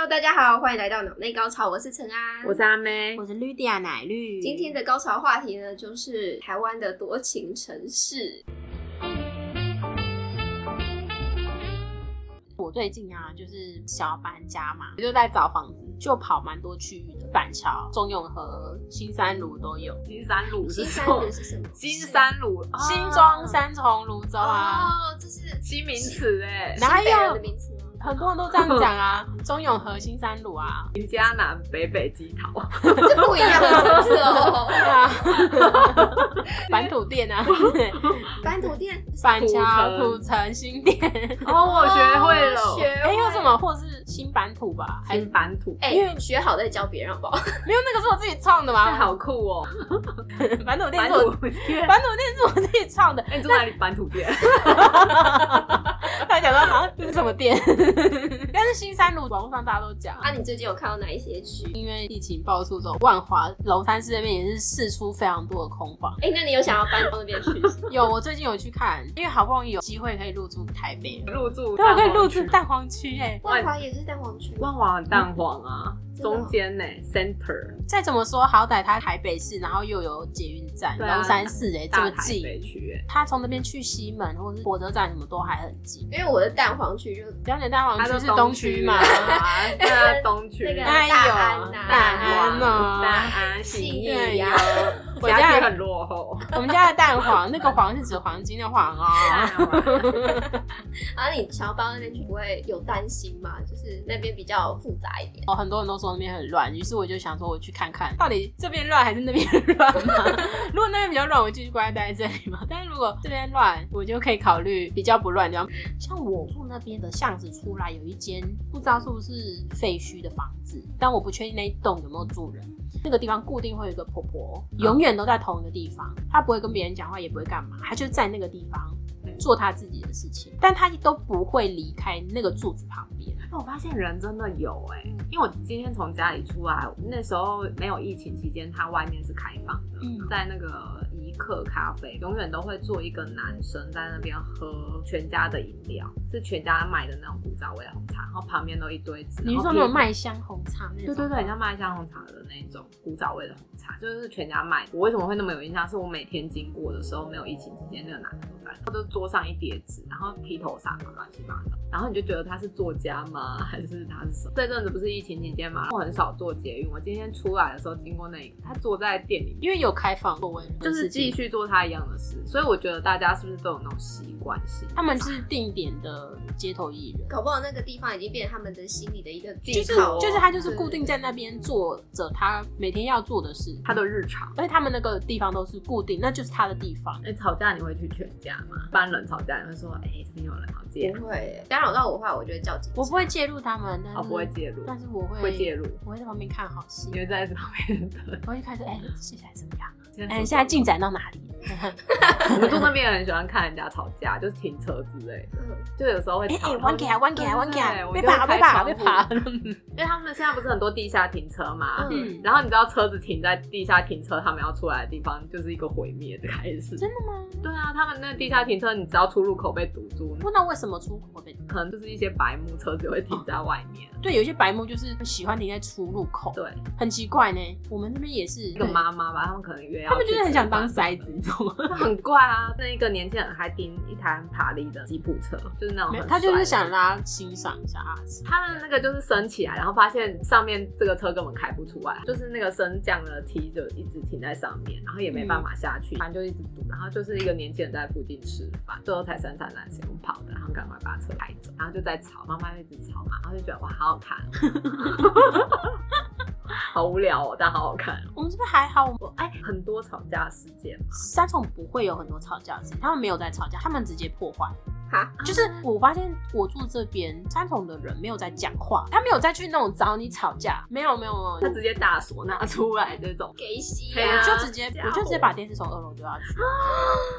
Hello， 大家好，欢迎来到脑内高潮，我是陈安， 我是阿妹， 我是绿地亚奶绿。 今天的高潮话题呢，就是台湾的多情城市。 我最近啊，就是想要搬家嘛，就在找房子，就跑蛮多区域的，板桥、中永和、新三芦都有。 新三芦是新三芦是什么？ 新三芦， 新庄、三重、泸州啊。 哦，这是新名词哎， 哪有新北人的名词吗？ 很多人都这样讲啊，中永和、新三芦啊， 林家南、北北基桃， 这不一样的层次哦。 对啊，板土店啊， 板土店、 板桥、土城、新店。 哦，我学会了， 有什么？或是新板土吧，还是新板土？ 因为学好再教别人好不好？ 没有，那个是我自己创的嘛。 这好酷哦！ 板土店板是我， 土店， 板土店是我自己创的。 你住哪里？板土店。 他讲说好像这是什么店，但是新三芦网络上大家都讲啊。你最近有看到哪一些区？ 因为疫情爆出之后，万华龙山寺那边也是释出非常多的空房。 那你有想要搬到那边去？ 有，我最近有去看，因为好不容易有机会可以入住台北， 入住， 对，我可以入住蛋黄区哎。 万华也是蛋黄区， 万华很蛋黄啊，中间呢 ，center。 再怎么说，好歹它台北市，然后又有捷运站，龙山寺这么近，他从那边去西门或是火车站什么都还很近。 因为我的蛋黄区就， 只要你的蛋黄区是东区嘛， 那东区那个大安大安、信义呀， 我家很落后。 我们家的蛋黄，那个黄是指黄金的黄哦。 啊，你想要搬到那边去，不会有担心吗？就是那边比较复杂一点。 很多人都说那边很乱，于是我就想说我去看看，到底这边乱还是那边乱嘛？如果那边比较乱，我继续乖待在这里嘛。但是如果这边乱，我就可以考虑比较不乱的地方。像我住那边的巷子出来有一间不知道是不是废墟的房子，但我不确定那一栋有没有住人。那个地方固定会有一个婆婆，永远都在同一个地方，她不会跟别人讲话，也不会干嘛，她就在那个地方做她自己的事情，但她都不会离开那个柱子旁边。 我发现人真的有因为我今天从家里出来，那时候没有疫情期间，它外面是开放的，在那个怡客咖啡，永远都会坐一个男生在那边喝全家的饮料，是全家卖的那种古早味红茶，然后旁边都一堆纸。 你是说那种麦香红茶那种？ 对对对，很像麦香红茶的那种古早味的红茶，就是全家卖的。我为什么会那么有印象？是我每天经过的时候，没有疫情期间，那个男的都在，他就桌上一叠纸，然后披头散发乱七八糟，然后你就觉得他是作家吗？还是他是什么？这阵子不是疫情期间嘛，我很少坐捷运。我今天出来的时候经过那个，他坐在店里面， 因为有开放座位， 就是继续做他一样的事。所以我觉得大家是不是都有那种习惯性？ 他们是定点的街头艺人， 搞不好那个地方已经变成他们的心里的一个就是他就是固定在那边做着他每天要做的事， 他的日常。 而且他们那个地方都是固定，那就是他的地方。 吵架你会去全家吗？一般人吵架你会说，这边有人吵架？ 不会，干扰到我的话，我就会叫警察。 我不会介入他们，但是不会介入， 但是我会介入， 我会在旁边看好戏。 你会在旁边的， 我会开始接下来怎么样？现在进展到哪里？ 我们住那边很喜欢看人家吵架，就是停车之类的，就有时候会吵， 弯起来，别爬， 因为他们现在不是很多地下停车嘛，然后你知道车子停在地下停车，他们要出来的地方就是一个毁灭的开始。 真的吗？ 对啊，他们那个地下停车，你只要出入口被堵住， 那为什么出口会被堵？ 可能就是一些白目车子会停在外面。 对，有一些白目就是喜欢停在出入口，对，很奇怪呢。我们这边也是一个妈妈吧，他们可能约要， 他们就是很想当塞子，你知道吗？ 很怪啊，那一个年轻人还盯一台很爬力的吉普车，就是那种很他就是想让他欣赏一下他的那个就是升起来，然后发现上面这个车根本开不出来，就是那个升降的梯就一直停在上面，然后也没办法下去，反正就一直堵，然后就是一个年轻人在附近吃饭，最后才姗姗来迟用跑的，然后赶快把车开走，然后就在吵，妈妈一直吵嘛，然后就觉得哇好好看好无聊但好好看。 我们这边还好， 很多吵架事件嘛。 三重不会有很多吵架事件，他们没有在吵架，他们直接破坏。 就是我发现我住这边三重的人没有在讲话，他没有再去那种找你吵架，没有， 他直接大锁拿出来这种给洗我就直接把电视从2楼丢下去。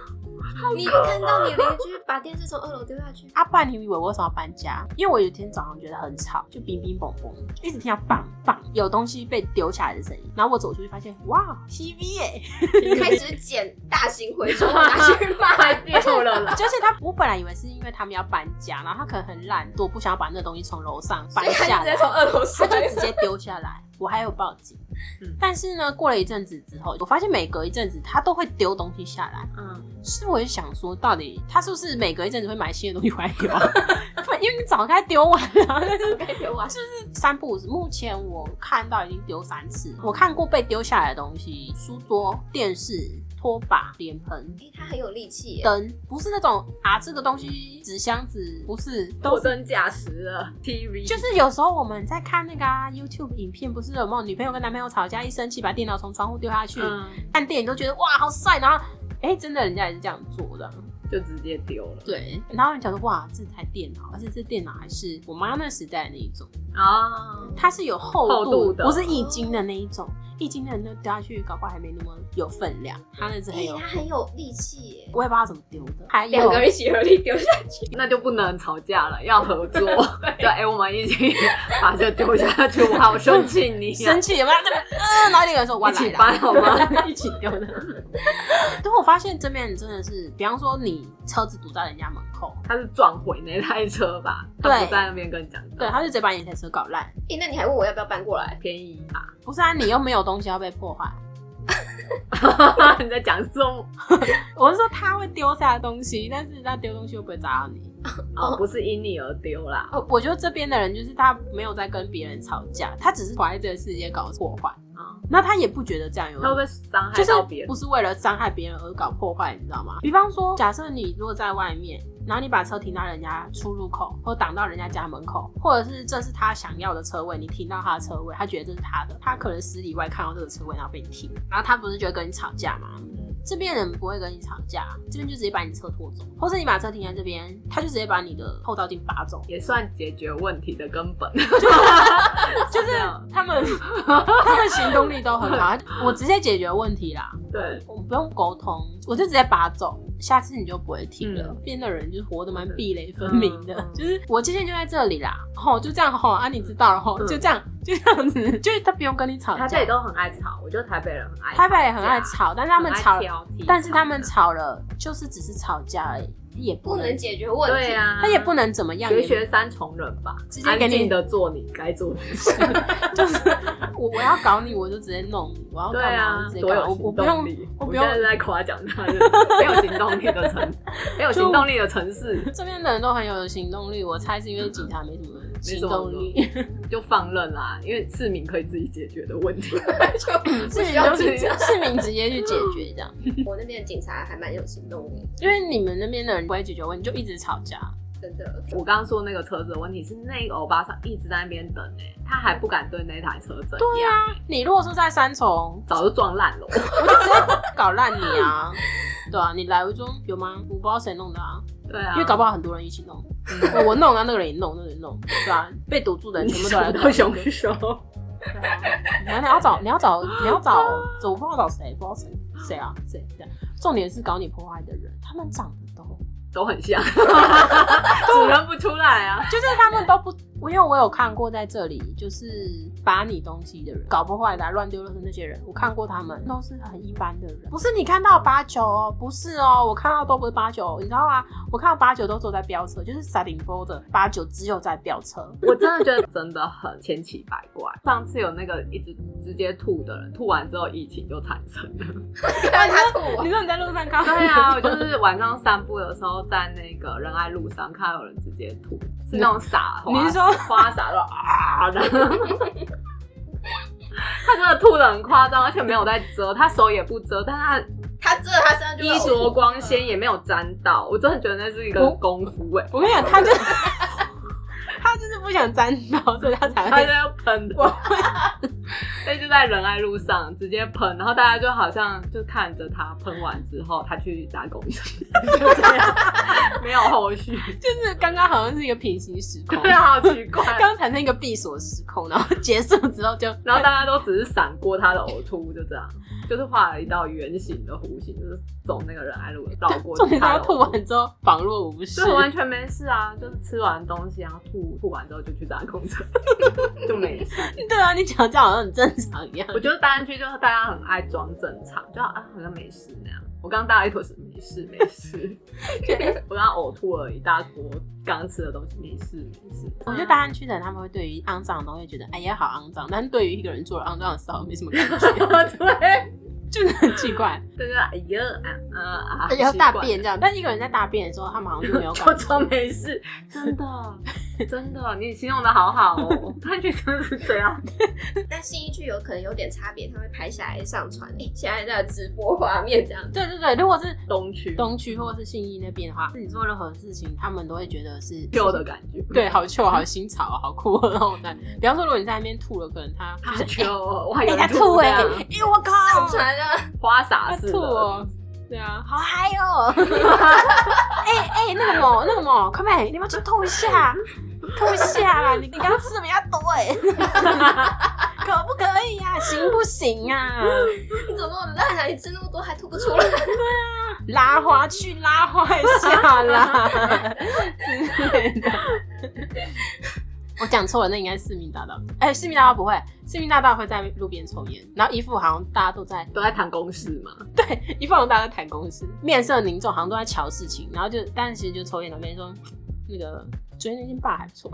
你看到你邻居把电视从2楼丢下去， 不然你以为我为什么要搬家？因为我有一天早上觉得很吵，就乒乒乓乓，一直听到棒棒有东西被丢下来的声音，然后我走出去发现，哇 ，TV 耶， 开始捡大型回收拿去卖掉了啦。 就是我本来以为是因为他们要搬家，然后他可能很懒惰，不想要把那个东西从楼上搬下来， 直接从2楼他就直接丢下来。我还有报警，但是呢，过了一阵子之后，我发现每隔一阵子他都会丢东西下来，所以我就想说，到底他是不是每隔一阵子会买新的东西回来丢啊？因为你早该丢完了，但是该丢完， 就是3不5时。目前我看到已经丢3次，我看过被丢下来的东西，书桌、电视、拖把、脸盆， 他很有力气耶。 灯不是那种这个东西纸箱子，不是， 货真价实的 TV。 就是有时候我们在看那个YouTube 影片，不是有没有女朋友跟男朋友吵架，一生气把电脑从窗户丢下去，看电影都觉得哇好帅，然后真的人家也是这样做的。 就直接丢了。 对，然后你讲说哇，这台电脑，而且这电脑还是我妈那时代的那一种它是有厚度的，不是易经的那一种。易经的人丢下去，搞不好还没那么有分量。他那是他很有力气耶， 我也不知道怎么丢的。还有 2个人一起合力丢下去， 那就不能吵架了，要合作。对，我们一起把这丢下去，我好生气你， 生气有没有？然后那个人说我来了， 一起搬好吗？ 一起丢的。对，我发现这边真的是，比方说你车子堵在人家门口， 他是撞毁那台车吧？ 对， 他不在那边跟你讲， 对，他就直接把你台车搞烂。 那你还问我要不要搬过来？ 便宜吧？ 不是你又没有东西要被破坏。 你在讲什么？ 我是说他会丢下的东西，但是他丢东西又不会砸到你。 不是因你而丢啦。 我觉得这边的人就是他没有在跟别人吵架，他只是活在这个世界搞破坏。那他也不觉得这样有， 他会不会伤害到别人？ 就是不是为了伤害别人而搞破坏，你知道吗？比方说，假设你如果在外面，然后你把车停到人家出入口，或挡到人家家门口，或者是这是他想要的车位，你停到他的车位，他觉得这是他的，他可能10里外看到这个车位然后被你停，然后他不是就会跟你吵架吗？这边人不会跟你吵架，这边就直接把你车拖走，或是你把车停在这边，他就直接把你的后照镜拔走， 也算解决问题的根本。 就是他们行动力都很好，我直接解决问题啦。 对， 我们不用沟通，我就直接拔走，下次你就不会停了。边的人就是活得蛮壁垒分明的，就是我今天就在这里啦，就这样你知道了就这样子，就是他不用跟你吵架。 台北都很爱吵，我觉得台北人很爱吵， 台北也很爱吵，但是他们吵，但是他们吵了就是只是吵架而已。也不能解决问题， 对啊， 他也不能怎么样， 学3重人吧，直接安静的做你该做的事。 就是我要搞你，我就直接弄你，我要干嘛就直接搞。我不用， 我现在在夸奖他，没有行动力的没有行动力的城市。 这边的人都很有行动力，我猜是因为警察没什么行动力， 就放任啦，因为市民可以自己解决的问题， 市民直接去解决这样。 我那边的警察还蛮有行动力， 因为你们那边的人不会解决问题，就一直吵架。 真的， 我刚刚说那个车子的问题是那个欧巴桑一直在那边等他还不敢对那台车怎样。 对啊，你如果是在3重， 早就撞烂了， 我就直接搞烂你啊！对啊，你来我说有吗？我不知道谁弄的啊。 对啊， 因为搞不好很多人一起弄，我弄啊，那个人也弄，那个人弄，对啊，被堵住的人全部都来搞凶手。 对啊，你要找，我不知道找谁，不知道谁啊，谁？重点是搞你破坏的人，他们长得都很像，指认不出来啊。 就是他们都不，因为我有看过在这里，就是把你东西的人，搞破坏的、乱丢垃圾那些人，我看过他们都是很一般的人，不是你看到89哦，不是哦，我看到都不是89，你知道吗？我看到89都走在飙车，就是沙顶波的89只有在飙车。 我真的觉得真的很千奇百怪。上次有那个一直直接吐的人，吐完之后疫情就产生了。 看他吐， 你说你在路上看？ 对啊，我就是晚上散步的时候，在那个仁爱路上看到有人直接吐，是那种撒花， 你是说花洒的啊的？他真的吐得很夸张，而且没有在遮，他手也不遮，但他遮他身上就衣着光鲜，也没有沾到。我真的觉得那是一个功夫我跟你讲，他就是不想沾到，所以他才他就会。 要喷的，所以就在仁爱路上直接喷，然后大家就好像就看着他喷完之后，他去搭公车，就这样，没有后续， 就是刚刚好像是一个平行时空， 对，好奇怪。 刚产生一个闭锁时空，然后结束之后就， 然后大家都只是闪过他的呕吐，就这样，就是画了一道圆形的弧形，就是走那个仁爱路绕过去。 重点是他吐完之后仿若无事， 对，完全没事啊，就是吃完东西然后吐完之后就去搭公车，就没事。 对啊，你讲这样好像很正常一样。 我觉得大安区就是大家很爱装正常，就好像没事那样。我刚搭了一坨是没事没事，我刚呕吐了一大锅刚吃的东西，没事没事。 我觉得大安区的人他们会对于肮脏的东西觉得哎呀好肮脏，但是对于一个人做了肮脏的事好像没什么感觉， 对， 就是很奇怪。 对对，哎呀而且要大便这样，但一个人在大便的时候，他们好像就没有感觉。 就装没事，真的真的，你形容的好好哦。大安区真的是这样。 但信义区有可能有点差别，他会拍下来上传，现在在直播画面这样。 对对对，如果是东区或者是信义那边的话，你做任何事情，他们都会觉得是旧的感觉。 对，好臭，好新潮，好酷。然后在，比方说，如果你在那边吐了，可能他好臭哦，我还有他吐哎，我靠， 上传了， 花洒式吐哦。对啊，好嗨哦！那个某，快点，你们去吐一下，吐一下啦！你刚刚吃的比较多哎，可不可以啊？行不行啊？ 你怎么那么烂啊？你吃那么多还吐不出来？ 拉花去拉花一下啦之类的。我讲错了，那应该是市民大道。市民大道不会，市民大道会在路边抽烟，然后一副好像大家都在谈公事嘛。 对，一副好像大家在谈公事，面色凝重，好像都在瞧事情，然后就，但是其实就抽烟的，别人说那个昨天那间爸还不错，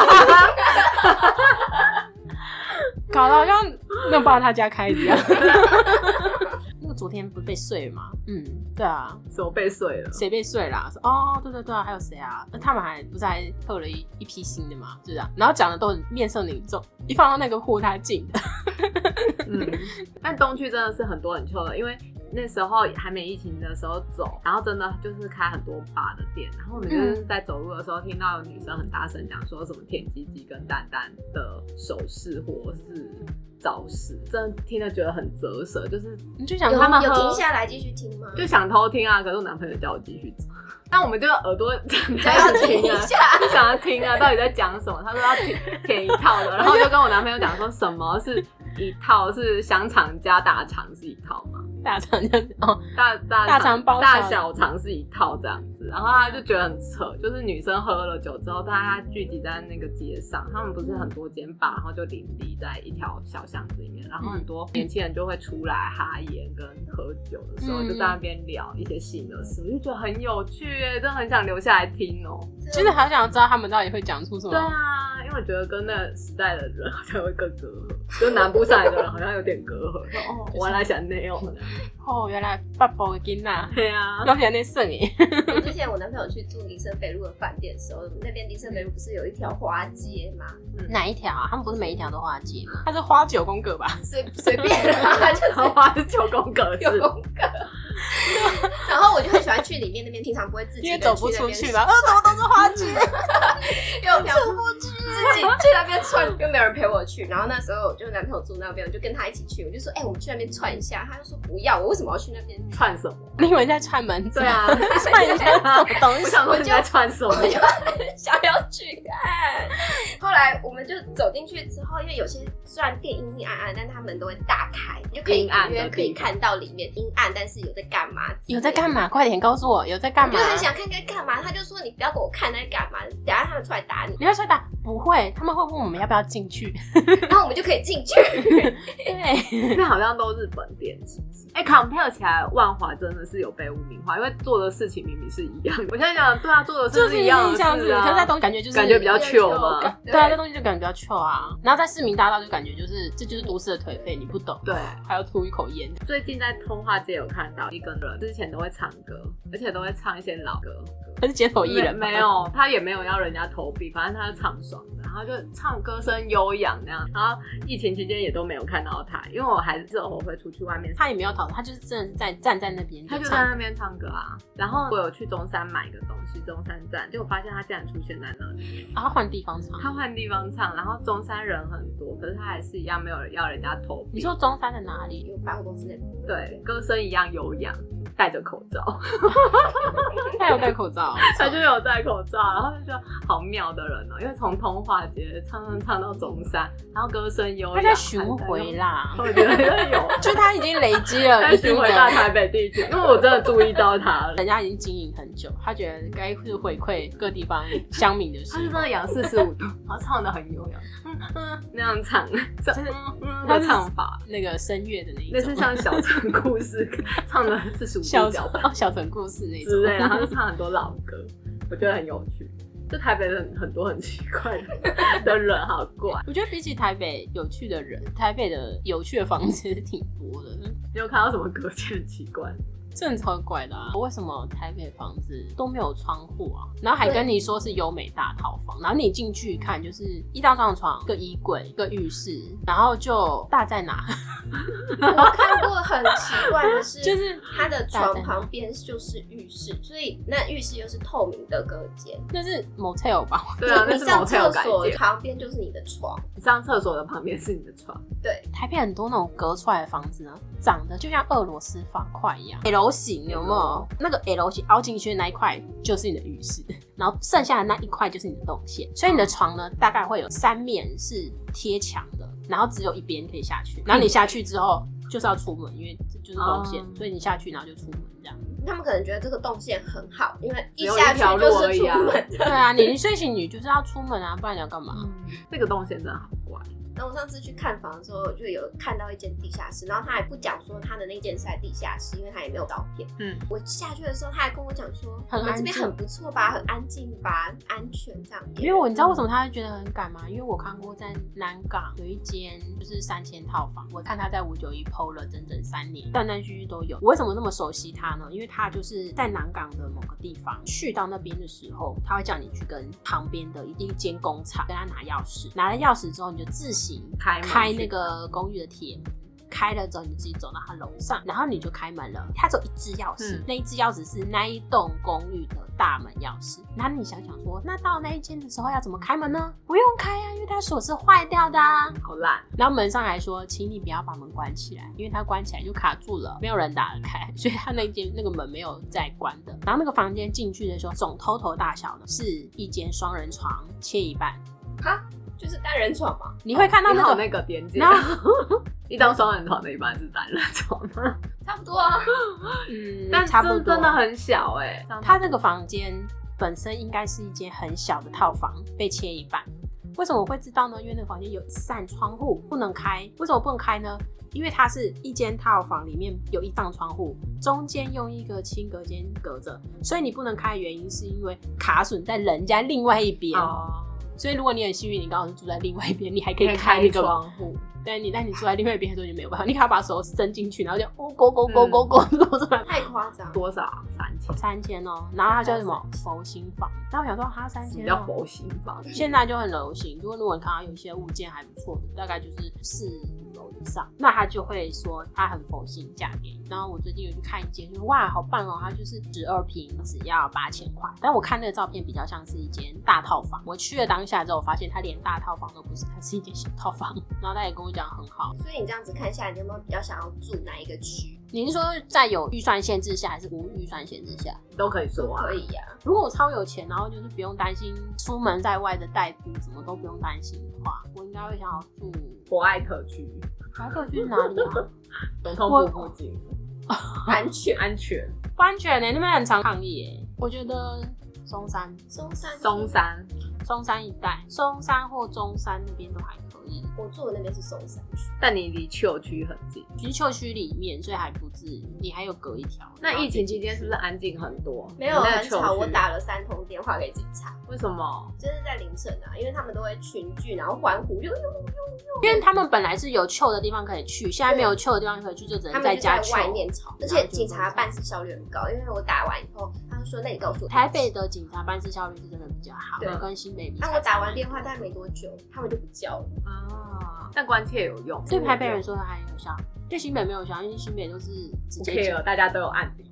搞得好像那爸他家开的一样。那个昨天不是被睡了吗？对啊， 什么被睡了？ 谁被睡啦？哦，对对对啊，还有谁啊？他们还不是还喝了一批新的嘛？就是啊，然后讲的都很面色凝重，一放到那个户他进的。 但东区真的是很多很臭的，因为那时候还没疫情的时候走，然后真的就是开很多bar的店，然后我们就是在走路的时候听到有女生很大声讲说什么舔鸡鸡跟蛋蛋的手势或是招式，真的听了觉得很啧舌，就是你就想他们有停下来继续听吗？ 就想偷听啊，可是我男朋友叫我继续走。但我们就耳朵想要听一下， 就想要听啊，到底在讲什么？他说要舔一套的，然后就跟我男朋友讲说什么是一套，是香肠加大肠是一套吗？ 大肠就是大肠包大小肠是一套这样子，然后他就觉得很扯，就是女生喝了酒之后，大家聚集在那个街上，他们不是很多间吧，然后就林立在一条小巷子里面，然后很多年轻人就会出来哈烟跟喝酒的时候，就在那边聊一些新的事，我就觉得很有趣耶，真的很想留下来听哦。 就是好想知道他们到底会讲出什么。 对啊，因为我觉得跟那个时代的人好像会更隔阂，就南部上来的人好像有点隔阂。哦，我来想那样。 哦，原来爸爸的囡仔， 对啊， 我想那剩耶。 之前我男朋友去住林森北路的饭店的时候，那边林森北路不是有一条花街吗？ 哪一条啊？他们不是每一条都花街吗？它是花9宫格吧？ 随便啦，就是花是9宫格 ，9宫格。然后我就很喜欢去里面那边，平常不会自己因为走不出去嘛，怎么都是花街， 因为我走不去，自己去那边串，又没有人陪我去。然后那时候我就男朋友住那边，我就跟他一起去，我就说，我们去那边串一下。他就说不要，我为什么要去那边串什么？ 你以为在串门子？ 对啊， 串一下什么东西？ 我想说你在串什么？ 我就很想要去看。后来我们就走进去之后，因为有些虽然店阴阴暗暗，但他们都会大开，你就可以隐约可以看到里面阴暗，但是有在干嘛？ 有在干嘛？快点告诉我有在干嘛！ 我就很想看干嘛，他就说你不要给我看在干嘛，等下他们出来打你。 你会出来打？不会，他们会问我们要不要进去， 然后我们就可以进去。 对， 那好像都日本店是不是？compare 起来，万华真的是有被污名化，因为做的事情明明是一样。我现在讲，对啊，做的事是一样的事啊， 可是在东感觉就是感觉比较 chill 嘛。 对啊，这东西就感觉比较 chill 啊。然后在市民大道就感觉就是这就是都市的颓废，你不懂。 对， 还要吐一口烟。 最近在通化街有看到一个人，之前都会唱歌，而且都会唱一些老歌。 他是街头艺人吗？ 没有，他也没有要人家投币，反正他是唱爽的，然后就唱歌声悠扬那样。然后疫情期间也都没有看到他，因为我还是偶尔会出去外面。 他也没有讨论，他就是真的站在那边， 他就在那边唱歌啊。然后我有去中山买个东西，中山站，结果发现他竟然出现在那里。 他换地方唱， 他换地方唱，然后中山人很多，可是他还是一样没有要人家投币。 你说中山的哪里？ 有百货公司那边。 对，歌声一样悠扬，戴着口罩。 他有戴口罩， 他就有戴口罩，然后就觉得好妙的人哦，因为从通化街唱到中山，然后歌声悠扬。 他在巡回啦， 我觉得有， 就是他已经累积了他巡回到台北地区，因为我真的注意到他了。 人家已经经营很久，他觉得该是回馈各地方乡民的事。 他是真的仰45度，然后唱的很悠扬，那样唱，他唱法那个声乐的那一种， 那是像小城故事唱的45度角吧， 小城故事那种之类，然后就唱很多老歌，我觉得很有趣。就台北人很多很奇怪的人，好怪。 我觉得比起台北有趣的人，台北的有趣的房子是挺多的。 你有看到什么隔间很奇怪？ 这很超怪的啊！为什么台北房子都没有窗户啊？然后还跟你说是优美大套房，然后你进去看就是一张床、一个衣柜、一个浴室，然后就大在哪？ 我看过很奇怪的是， 就是他的床旁边就是浴室，所以那浴室又是透明的隔间。 那是 motel 吧？ 对啊，那是 motel 改所建。 旁边就是你的床， 你上厕所的旁边是你的床。 对， 台北很多那种隔出来的房子呢，长得就像俄罗斯方块一样 ，L 型有没有？那个 L 型凹进去的那一块就是你的浴室，然后剩下的那一块就是你的动线。所以你的床呢，大概会有3面是贴墙的，然后只有一边可以下去。然后你下去之后就是要出门，因为这就是动线，所以你下去然后就出门这样。 他们可能觉得这个动线很好，因为一下去就是出门。 对啊，你睡醒你就是要出门啊，不然你要干嘛？ 这个动线真的好怪。 那我上次去看房的时候，就有看到一间地下室，然后他还不讲说他的那间是在地下室，因为他也没有照片。我下去的时候，他还跟我讲说，我们这边很不错吧，很安静吧，安全这样。 因为你知道为什么他会觉得很赶吗？因为我看过在南港有一间就是3000套房，我看他在591 PO 了整整3年，断断续续都有。我为什么那么熟悉他呢？因为他就是在南港的某个地方，去到那边的时候，他会叫你去跟旁边的一间工厂跟他拿钥匙，拿了钥匙之后，你就自行开那个公寓的铁门，开了之后你就自己走到他楼上，然后你就开门了。他只有一支钥匙，那一支钥匙是那一栋公寓的大门钥匙。然后你想想说，那到那一间的时候要怎么开门呢？不用开啊，因为它锁是坏掉的啊。 好烂。 然后门上还说，请你不要把门关起来，因为它关起来就卡住了，没有人打得开，所以他那个门没有再关的。然后那个房间进去的时候，总 total 大小呢是一间双人床切一半。 哈？就是单人床嘛， 你会看到那个边界，一张双人床的一般是单人床吗？ 差不多啊， 但差不多真的很小欸。 它这个房间本身应该是一间很小的套房，被切一半。为什么我会知道呢？因为那个房间有一扇窗户不能开。为什么不能开呢？因为它是一间套房，里面有一扇窗户，中间用一个轻隔间隔着，所以你不能开的原因是因为卡榫在人家另外一边。所以如果你很幸运，你刚好是住在另外一边，你还可以开那个窗户。 但你住在另外一边的时候就没有办法，你可以把手伸进去，然后就勾出来。 太夸张。 多少 ？3000哦。然后它叫什么佛心房？然后我想说它3000，什么叫佛心房？ 现在就很流行。如果你看到有一些物件还不错的，大概就是4楼以上，那他就会说它很佛心价给你。然后我最近有去看一间，就哇好棒哦，它就是12坪，只要8000块。但我看那个照片比较像是一间大套房。我去了当下之后，我发现它连大套房都不是，它是一间小套房。然后他也跟我讲很好。 所以你这样子看下来，你有没有比较想要住哪一个区？ 你是说在有预算限制下，还是无预算限制下？ 都可以说啊， 可以啊。 如果我超有钱，然后就是不用担心出门在外的代步，什么都不用担心的话，我应该会想要住博爱特区。 博爱特区是哪里啊？ 总统府附近。 安全不安全欸，那边很常抗议欸。我觉得松山一带，松山或中山那边都还可以。 我住的那边是松山区， 但你离旧区很近， 其实旧区里面，所以还不至于，你还有隔一条。 那疫情期间是不是安静很多？ 没有很吵，我打了3通电话给警察。 为什么？ 就是在凌晨啊，因为他们都会群聚，然后欢呼，因为他们本来是有臭的地方可以去，现在没有臭的地方可以去，就只能在家在外面吵。而且警察办事效率很高，因为我打完以后，他说那你告诉我。 台北的警察办事效率是真的比较好， 对， 跟新北比。 那我打完电话大概没多久，他们就不叫了啊。但关切有用， 对台北人说还有效，对新北没有效，因为新北都是直接讲，大家都有案底。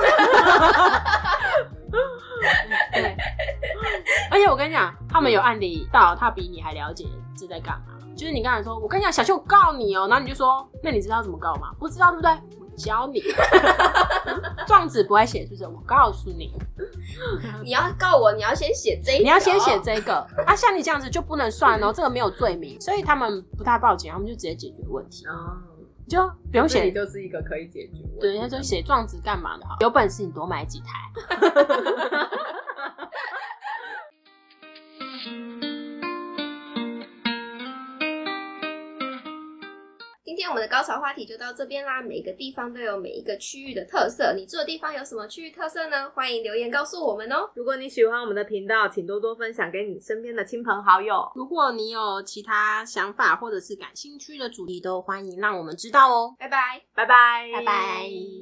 对，而且我跟你讲，他们有案底到他比你还了解是在干嘛。就是你刚才说，我跟你讲，小秋我告你哦，然后你就说，那你知道怎么告吗？不知道对不对？我教你。状纸不会写，是不是？我告诉你， 你要告我，你要先写这一个， 你要先写这个啊。像你这样子就不能算哦，这个没有罪名，所以他们不太报警，他们就直接解决问题。就不用写， 你就是一个可以解决问题。 对，他说写状纸干嘛的好？有本事你多买几台。 今天我们的高潮话题就到这边啦。每个地方都有每一个区域的特色，你住的地方有什么区域特色呢？欢迎留言告诉我们哦。 如果你喜欢我们的频道，请多多分享给你身边的亲朋好友。 如果你有其他想法或者是感兴趣的主题，都欢迎让我们知道哦。 拜拜， 拜拜， 拜拜。